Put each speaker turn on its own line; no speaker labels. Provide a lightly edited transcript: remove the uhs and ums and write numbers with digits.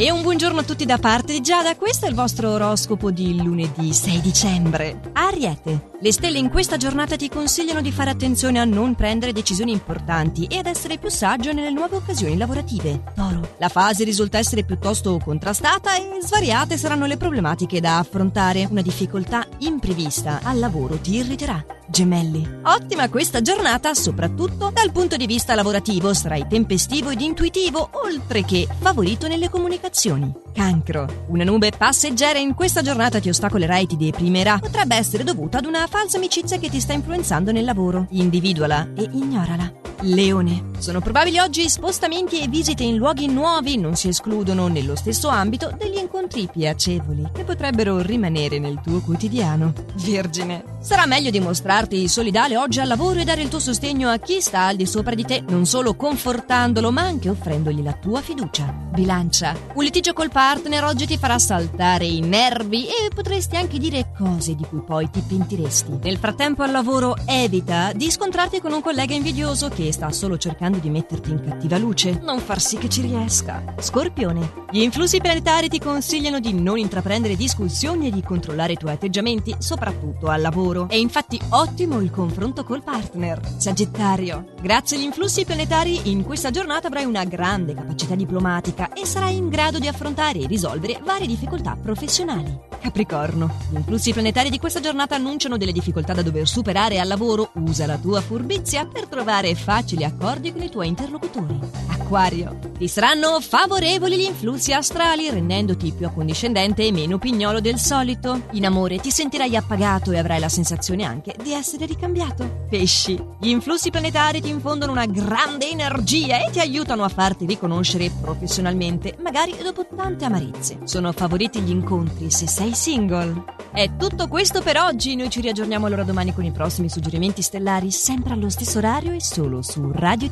E un buongiorno a tutti da parte di Giada, questo è il vostro oroscopo di lunedì 6 dicembre. Ariete, le stelle in questa giornata ti consigliano di fare attenzione a non prendere decisioni importanti e ad essere più saggio nelle nuove occasioni lavorative. Toro, la fase risulta essere piuttosto contrastata e svariate saranno le problematiche da affrontare. Una difficoltà imprevista al lavoro ti irriterà. Gemelli, ottima questa giornata soprattutto dal punto di vista lavorativo, sarai tempestivo ed intuitivo oltre che favorito nelle comunicazioni. Cancro, una nube passeggera in questa giornata ti ostacolerà e ti deprimerà, potrebbe essere dovuta ad una falsa amicizia che ti sta influenzando nel lavoro, individuala e ignorala. Leone, sono probabili oggi spostamenti e visite in luoghi nuovi, non si escludono nello stesso ambito degli incontri piacevoli che potrebbero rimanere nel tuo quotidiano. Vergine, sarà meglio dimostrarti solidale oggi al lavoro e dare il tuo sostegno a chi sta al di sopra di te, non solo confortandolo ma anche offrendogli la tua fiducia. Bilancia, un litigio col partner oggi ti farà saltare i nervi e potresti anche dire cose di cui poi ti pentiresti. Nel frattempo al lavoro evita di scontrarti con un collega invidioso che sta solo cercando di metterti in cattiva luce. Non far sì che ci riesca. Scorpione, gli influssi planetari ti consigliano di non intraprendere discussioni e di controllare i tuoi atteggiamenti, soprattutto al lavoro. È infatti ottimo il confronto col partner. Sagittario, grazie agli influssi planetari in questa giornata avrai una grande capacità diplomatica e sarai in grado di affrontare e risolvere varie difficoltà professionali. Capricorno, gli influssi planetari di questa giornata annunciano delle difficoltà da dover superare al lavoro. Usa la tua furbizia per trovare facili accordi con i tuoi interlocutori. Acquario, ti saranno favorevoli gli influssi astrali, rendendoti più accondiscendente e meno pignolo del solito. In amore ti sentirai appagato e avrai la sensazione anche di essere ricambiato. Pesci, gli influssi planetari ti infondono una grande energia e ti aiutano a farti riconoscere professionalmente, magari dopo tante amarizie. Sono favoriti gli incontri se sei single. È tutto questo per oggi, noi ci riaggiorniamo allora domani con i prossimi suggerimenti stellari, sempre allo stesso orario e solo su Radio